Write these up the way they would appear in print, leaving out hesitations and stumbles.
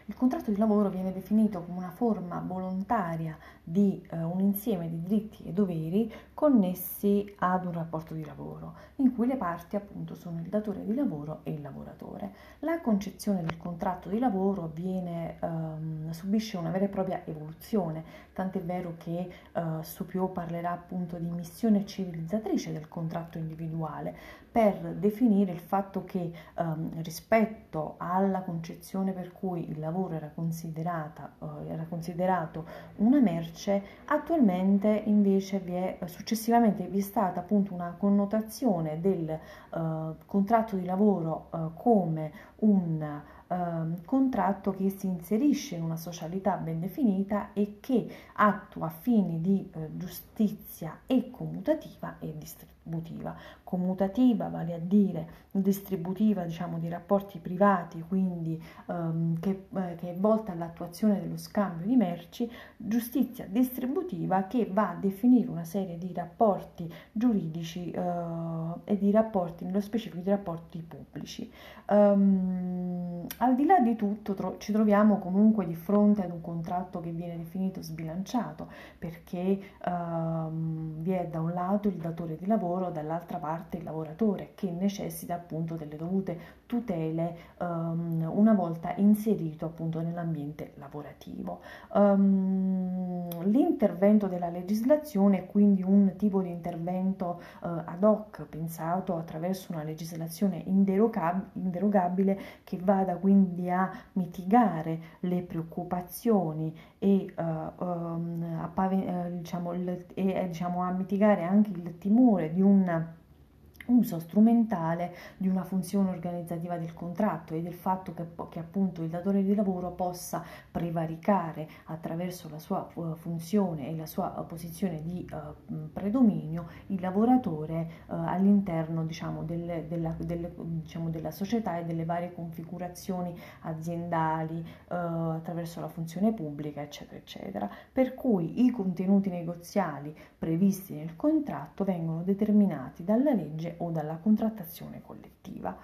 Il contratto di lavoro viene definito come una forma volontaria di un insieme di diritti e doveri connessi ad un rapporto di lavoro, in cui le parti appunto sono il datore di lavoro e il lavoratore. La concezione del contratto di lavoro subisce una vera e propria evoluzione, tant'è vero che Supiò parlerà appunto di missione civilizzatrice del contratto individuale, per definire il fatto che rispetto alla concezione per cui il lavoro era considerato una merce, attualmente invece successivamente vi è stata appunto una connotazione del contratto di lavoro come un contratto che si inserisce in una socialità ben definita e che attua fini di giustizia e commutativa e distributiva. Commutativa vale a dire distributiva, diciamo, di rapporti privati, quindi che è volta all'attuazione dello scambio di merci, giustizia distributiva che va a definire una serie di rapporti giuridici e di rapporti, nello specifico di rapporti pubblici. Al di là di tutto ci troviamo comunque di fronte ad un contratto che viene definito sbilanciato, perché vi è da un lato il datore di lavoro, dall'altra parte il lavoratore, che necessita appunto delle dovute tutele una volta inserito appunto nell'ambiente lavorativo. L'intervento della legislazione è quindi un tipo di intervento ad hoc, pensato attraverso una legislazione inderogabile che vada quindi a mitigare le preoccupazioni e a mitigare anche il timore di un uso strumentale di una funzione organizzativa del contratto e del fatto che appunto il datore di lavoro possa prevaricare attraverso la sua funzione e la sua posizione di predominio il lavoratore all'interno della società e delle varie configurazioni aziendali attraverso la funzione pubblica, eccetera eccetera, per cui i contenuti negoziali previsti nel contratto vengono determinati dalla legge o dalla contrattazione collettiva.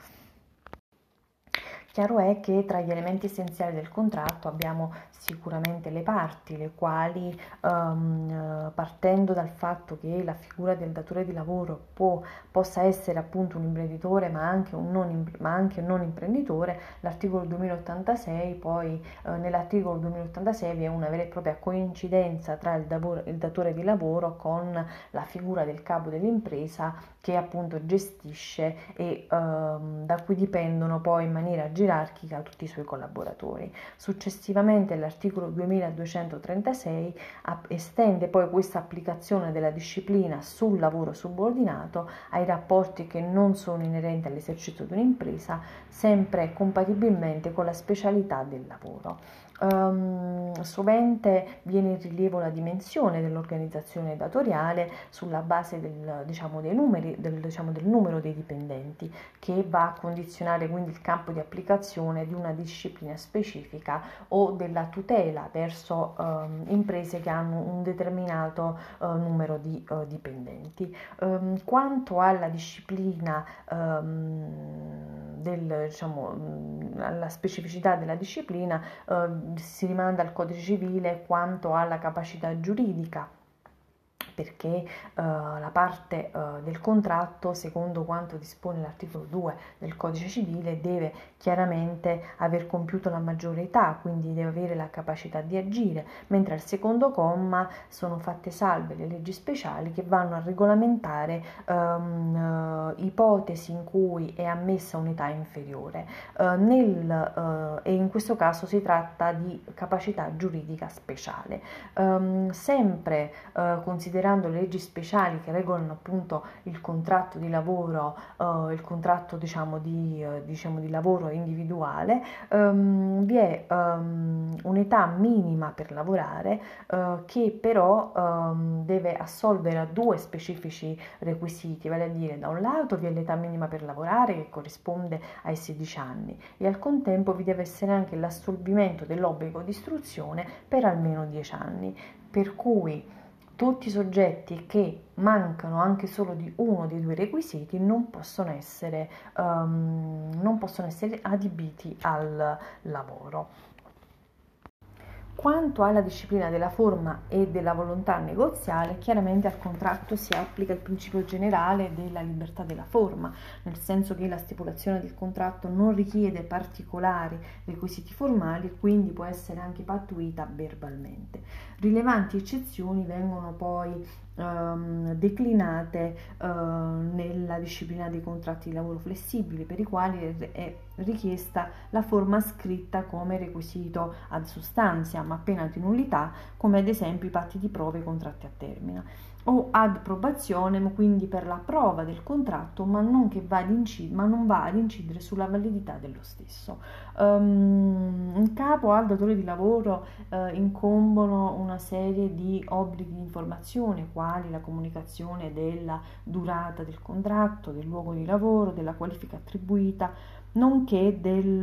Chiaro è che tra gli elementi essenziali del contratto abbiamo sicuramente le parti, le quali partendo dal fatto che la figura del datore di lavoro possa essere appunto un imprenditore ma anche un non imprenditore, l'articolo 2086 poi nell'articolo 2086 vi è una vera e propria coincidenza tra il datore di lavoro con la figura del capo dell'impresa che appunto gestisce e da cui dipendono poi in maniera gerarchica tutti i suoi collaboratori. Successivamente l'articolo 2236 estende poi questa applicazione della disciplina sul lavoro subordinato ai rapporti che non sono inerenti all'esercizio di un'impresa, sempre compatibilmente con la specialità del lavoro. Sovente viene in rilievo la dimensione dell'organizzazione datoriale sulla base del numero dei dipendenti, che va a condizionare quindi il campo di applicazione di una disciplina specifica o della tutela verso imprese che hanno un determinato numero di dipendenti. Quanto alla disciplina alla specificità della disciplina si rimanda al codice civile quanto alla capacità giuridica, perché la parte del contratto, secondo quanto dispone l'articolo 2 del codice civile, deve chiaramente aver compiuto la maggiore età, quindi deve avere la capacità di agire, mentre al secondo comma sono fatte salve le leggi speciali che vanno a regolamentare ipotesi in cui è ammessa un'età inferiore e in questo caso si tratta di capacità giuridica speciale. Sempre considerando le leggi speciali che regolano appunto il contratto di lavoro, il contratto di lavoro individuale, vi è un'età minima per lavorare che però deve assolvere a due specifici requisiti, vale a dire da un lato vi è l'età minima per lavorare che corrisponde ai 16 anni e al contempo vi deve essere anche l'assolvimento dell'obbligo di istruzione per almeno 10 anni, per cui tutti i soggetti che mancano anche solo di uno dei due requisiti non possono essere adibiti al lavoro. Quanto alla disciplina della forma e della volontà negoziale, chiaramente al contratto si applica il principio generale della libertà della forma, nel senso che la stipulazione del contratto non richiede particolari requisiti formali, quindi può essere anche pattuita verbalmente. Rilevanti eccezioni vengono poi declinate nella disciplina dei contratti di lavoro flessibili, per i quali è richiesta la forma scritta come requisito ad sustantia, ma pena di nullità, come ad esempio i patti di prova e i contratti a termine, o ad probationem, quindi per la prova del contratto, ma non va ad incidere sulla validità dello stesso. In capo al datore di lavoro incombono una serie di obblighi di informazione, quali la comunicazione della durata del contratto, del luogo di lavoro, della qualifica attribuita, nonché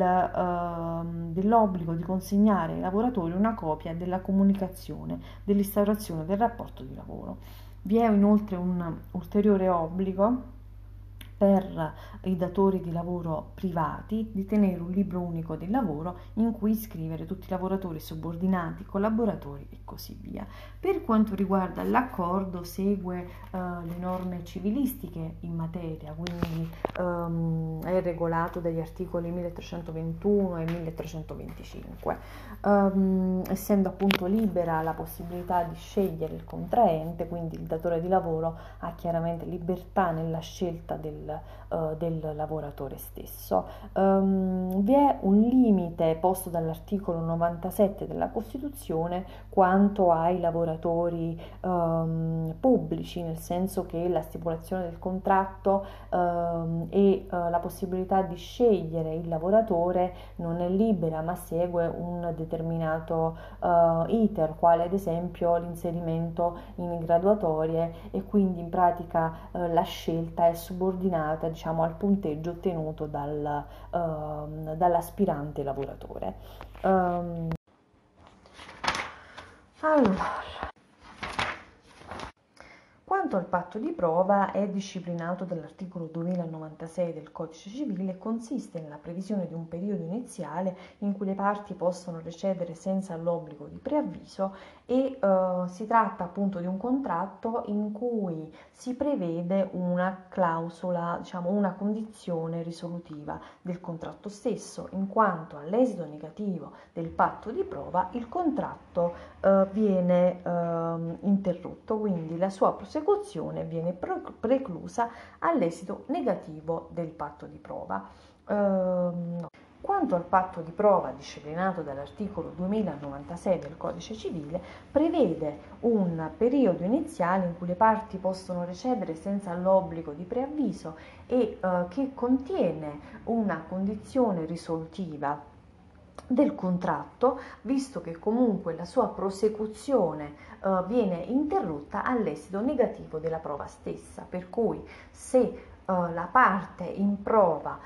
dell'obbligo di consegnare ai lavoratori una copia della comunicazione dell'instaurazione del rapporto di lavoro. Vi è inoltre un ulteriore obbligo per i datori di lavoro privati di tenere un libro unico del lavoro in cui iscrivere tutti i lavoratori subordinati, collaboratori e così via. Per quanto riguarda l'accordo, segue le norme civilistiche in materia, quindi è regolato dagli articoli 1321 e 1325, essendo appunto libera la possibilità di scegliere il contraente, quindi il datore di lavoro ha chiaramente libertà nella scelta del lavoratore stesso. Vi è un limite posto dall'articolo 97 della Costituzione quanto ai lavoratori pubblici, nel senso che la stipulazione del contratto e la possibilità di scegliere il lavoratore non è libera, ma segue un determinato iter, quale ad esempio l'inserimento in graduatorie, e quindi in pratica la scelta è subordinata, diciamo, al punteggio ottenuto dall'aspirante lavoratore. Allora, quanto al patto di prova, è disciplinato dall'articolo 2096 del Codice Civile e consiste nella previsione di un periodo iniziale in cui le parti possono recedere senza l'obbligo di preavviso, e si tratta appunto di un contratto in cui si prevede una clausola, diciamo una condizione risolutiva del contratto stesso, in quanto all'esito negativo del patto di prova il contratto viene interrotto, quindi la sua prosecuzione viene preclusa all'esito negativo del patto di prova. Quanto al patto di prova, disciplinato dall'articolo 2096 del Codice Civile, prevede un periodo iniziale in cui le parti possono recedere senza l'obbligo di preavviso e che contiene una condizione risolutiva del contratto, visto che comunque la sua prosecuzione viene interrotta all'esito negativo della prova stessa, per cui se la parte in prova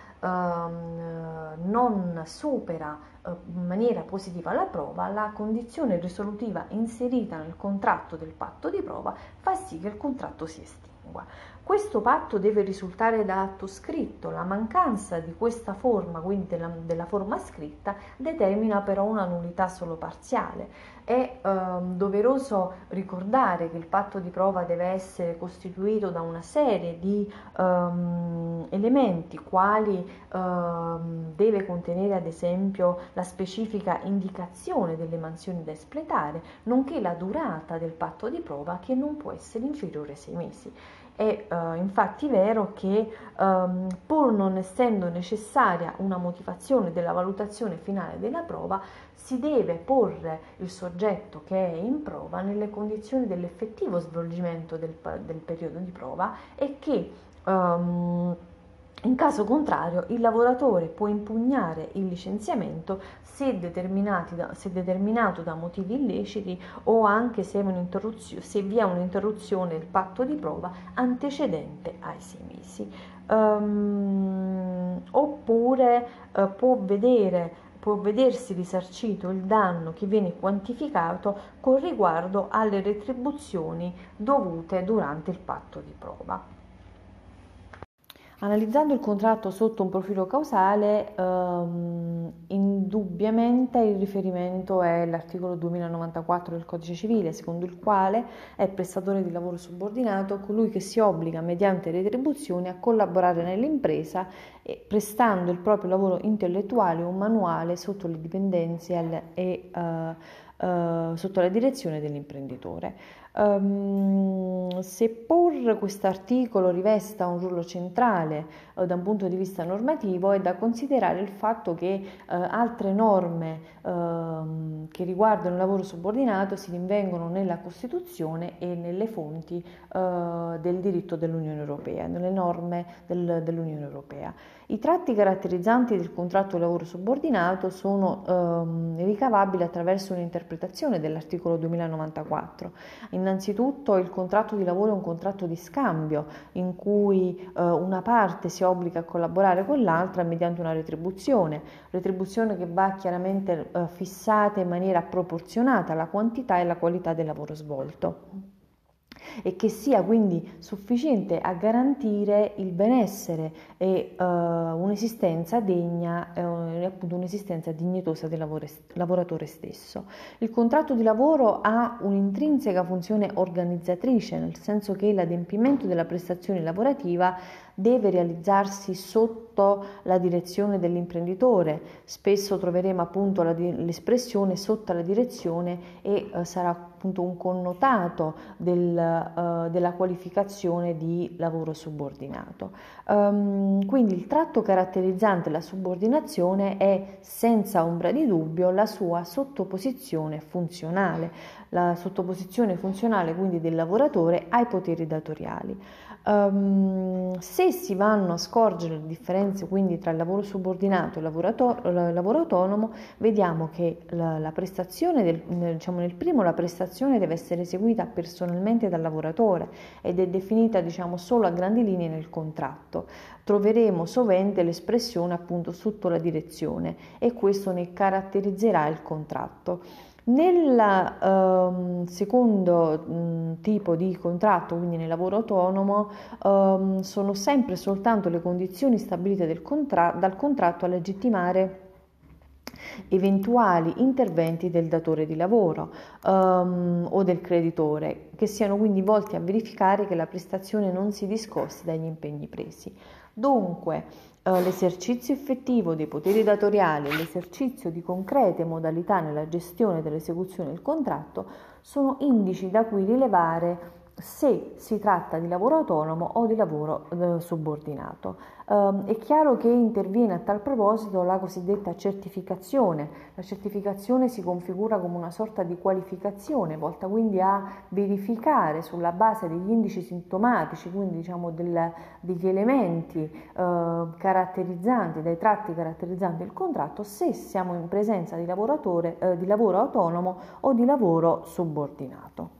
non supera in maniera positiva la prova, la condizione risolutiva inserita nel contratto del patto di prova fa sì che il contratto si estingua. Questo patto deve risultare da atto scritto. La mancanza di questa forma, quindi della forma scritta, determina però una nullità solo parziale. È doveroso ricordare che il patto di prova deve essere costituito da una serie di elementi, quali deve contenere ad esempio la specifica indicazione delle mansioni da espletare, nonché la durata del patto di prova, che non può essere inferiore ai 6 mesi. È infatti vero che pur non essendo necessaria una motivazione della valutazione finale della prova, si deve porre il soggetto che è in prova nelle condizioni dell'effettivo svolgimento del periodo di prova, e che in caso contrario il lavoratore può impugnare il licenziamento se determinato da motivi illeciti, o anche se vi è un'interruzione del patto di prova antecedente ai 6 mesi. Oppure può vedersi risarcito il danno che viene quantificato con riguardo alle retribuzioni dovute durante il patto di prova. Analizzando il contratto sotto un profilo causale, indubbiamente il riferimento è l'articolo 2094 del Codice Civile, secondo il quale è prestatore di lavoro subordinato colui che si obbliga mediante retribuzione a collaborare nell'impresa prestando il proprio lavoro intellettuale o manuale sotto le dipendenze sotto la direzione dell'imprenditore. Seppur questo articolo rivesta un ruolo centrale da un punto di vista normativo, è da considerare il fatto che altre norme che riguardano il lavoro subordinato si rinvengono nella Costituzione e nelle fonti del diritto dell'Unione Europea, nelle norme dell'Unione Europea. I tratti caratterizzanti del contratto di lavoro subordinato sono ricavabili attraverso un'interpretazione dell'articolo 2094. Innanzitutto il contratto di lavoro è un contratto di scambio in cui una parte si obbliga a collaborare con l'altra mediante una retribuzione che va chiaramente fissata in maniera proporzionata alla quantità e alla qualità del lavoro svolto e che sia quindi sufficiente a garantire il benessere e un'esistenza degna appunto un'esistenza dignitosa del lavoratore stesso. Il contratto di lavoro ha un'intrinseca funzione organizzatrice, nel senso che l'adempimento della prestazione lavorativa deve realizzarsi sotto la direzione dell'imprenditore. Spesso troveremo appunto l'espressione sotto la direzione e sarà appunto un connotato della qualificazione di lavoro subordinato. Quindi il tratto caratterizzante la subordinazione è senza ombra di dubbio la sua sottoposizione funzionale, la sottoposizione funzionale quindi del lavoratore ai poteri datoriali. Se si vanno a scorgere le differenze quindi tra il lavoro subordinato e il lavoro autonomo, vediamo che la prestazione diciamo nel primo la prestazione deve essere eseguita personalmente dal lavoratore ed è definita diciamo solo a grandi linee nel contratto. Troveremo sovente l'espressione appunto sotto la direzione e questo ne caratterizzerà il contratto. Nel secondo tipo di contratto, quindi nel lavoro autonomo, sono sempre soltanto le condizioni stabilite dal contratto a legittimare eventuali interventi del datore di lavoro o del creditore, che siano quindi volti a verificare che la prestazione non si discosti dagli impegni presi. Dunque, l'esercizio effettivo dei poteri datoriali e l'esercizio di concrete modalità nella gestione dell'esecuzione del contratto sono indici da cui rilevare se si tratta di lavoro autonomo o di lavoro subordinato. È chiaro che interviene a tal proposito la cosiddetta certificazione. La certificazione si configura come una sorta di qualificazione volta quindi a verificare sulla base degli indici sintomatici, quindi diciamo degli elementi caratterizzanti, dai tratti caratterizzanti il contratto, se siamo in presenza di lavoro autonomo o di lavoro subordinato.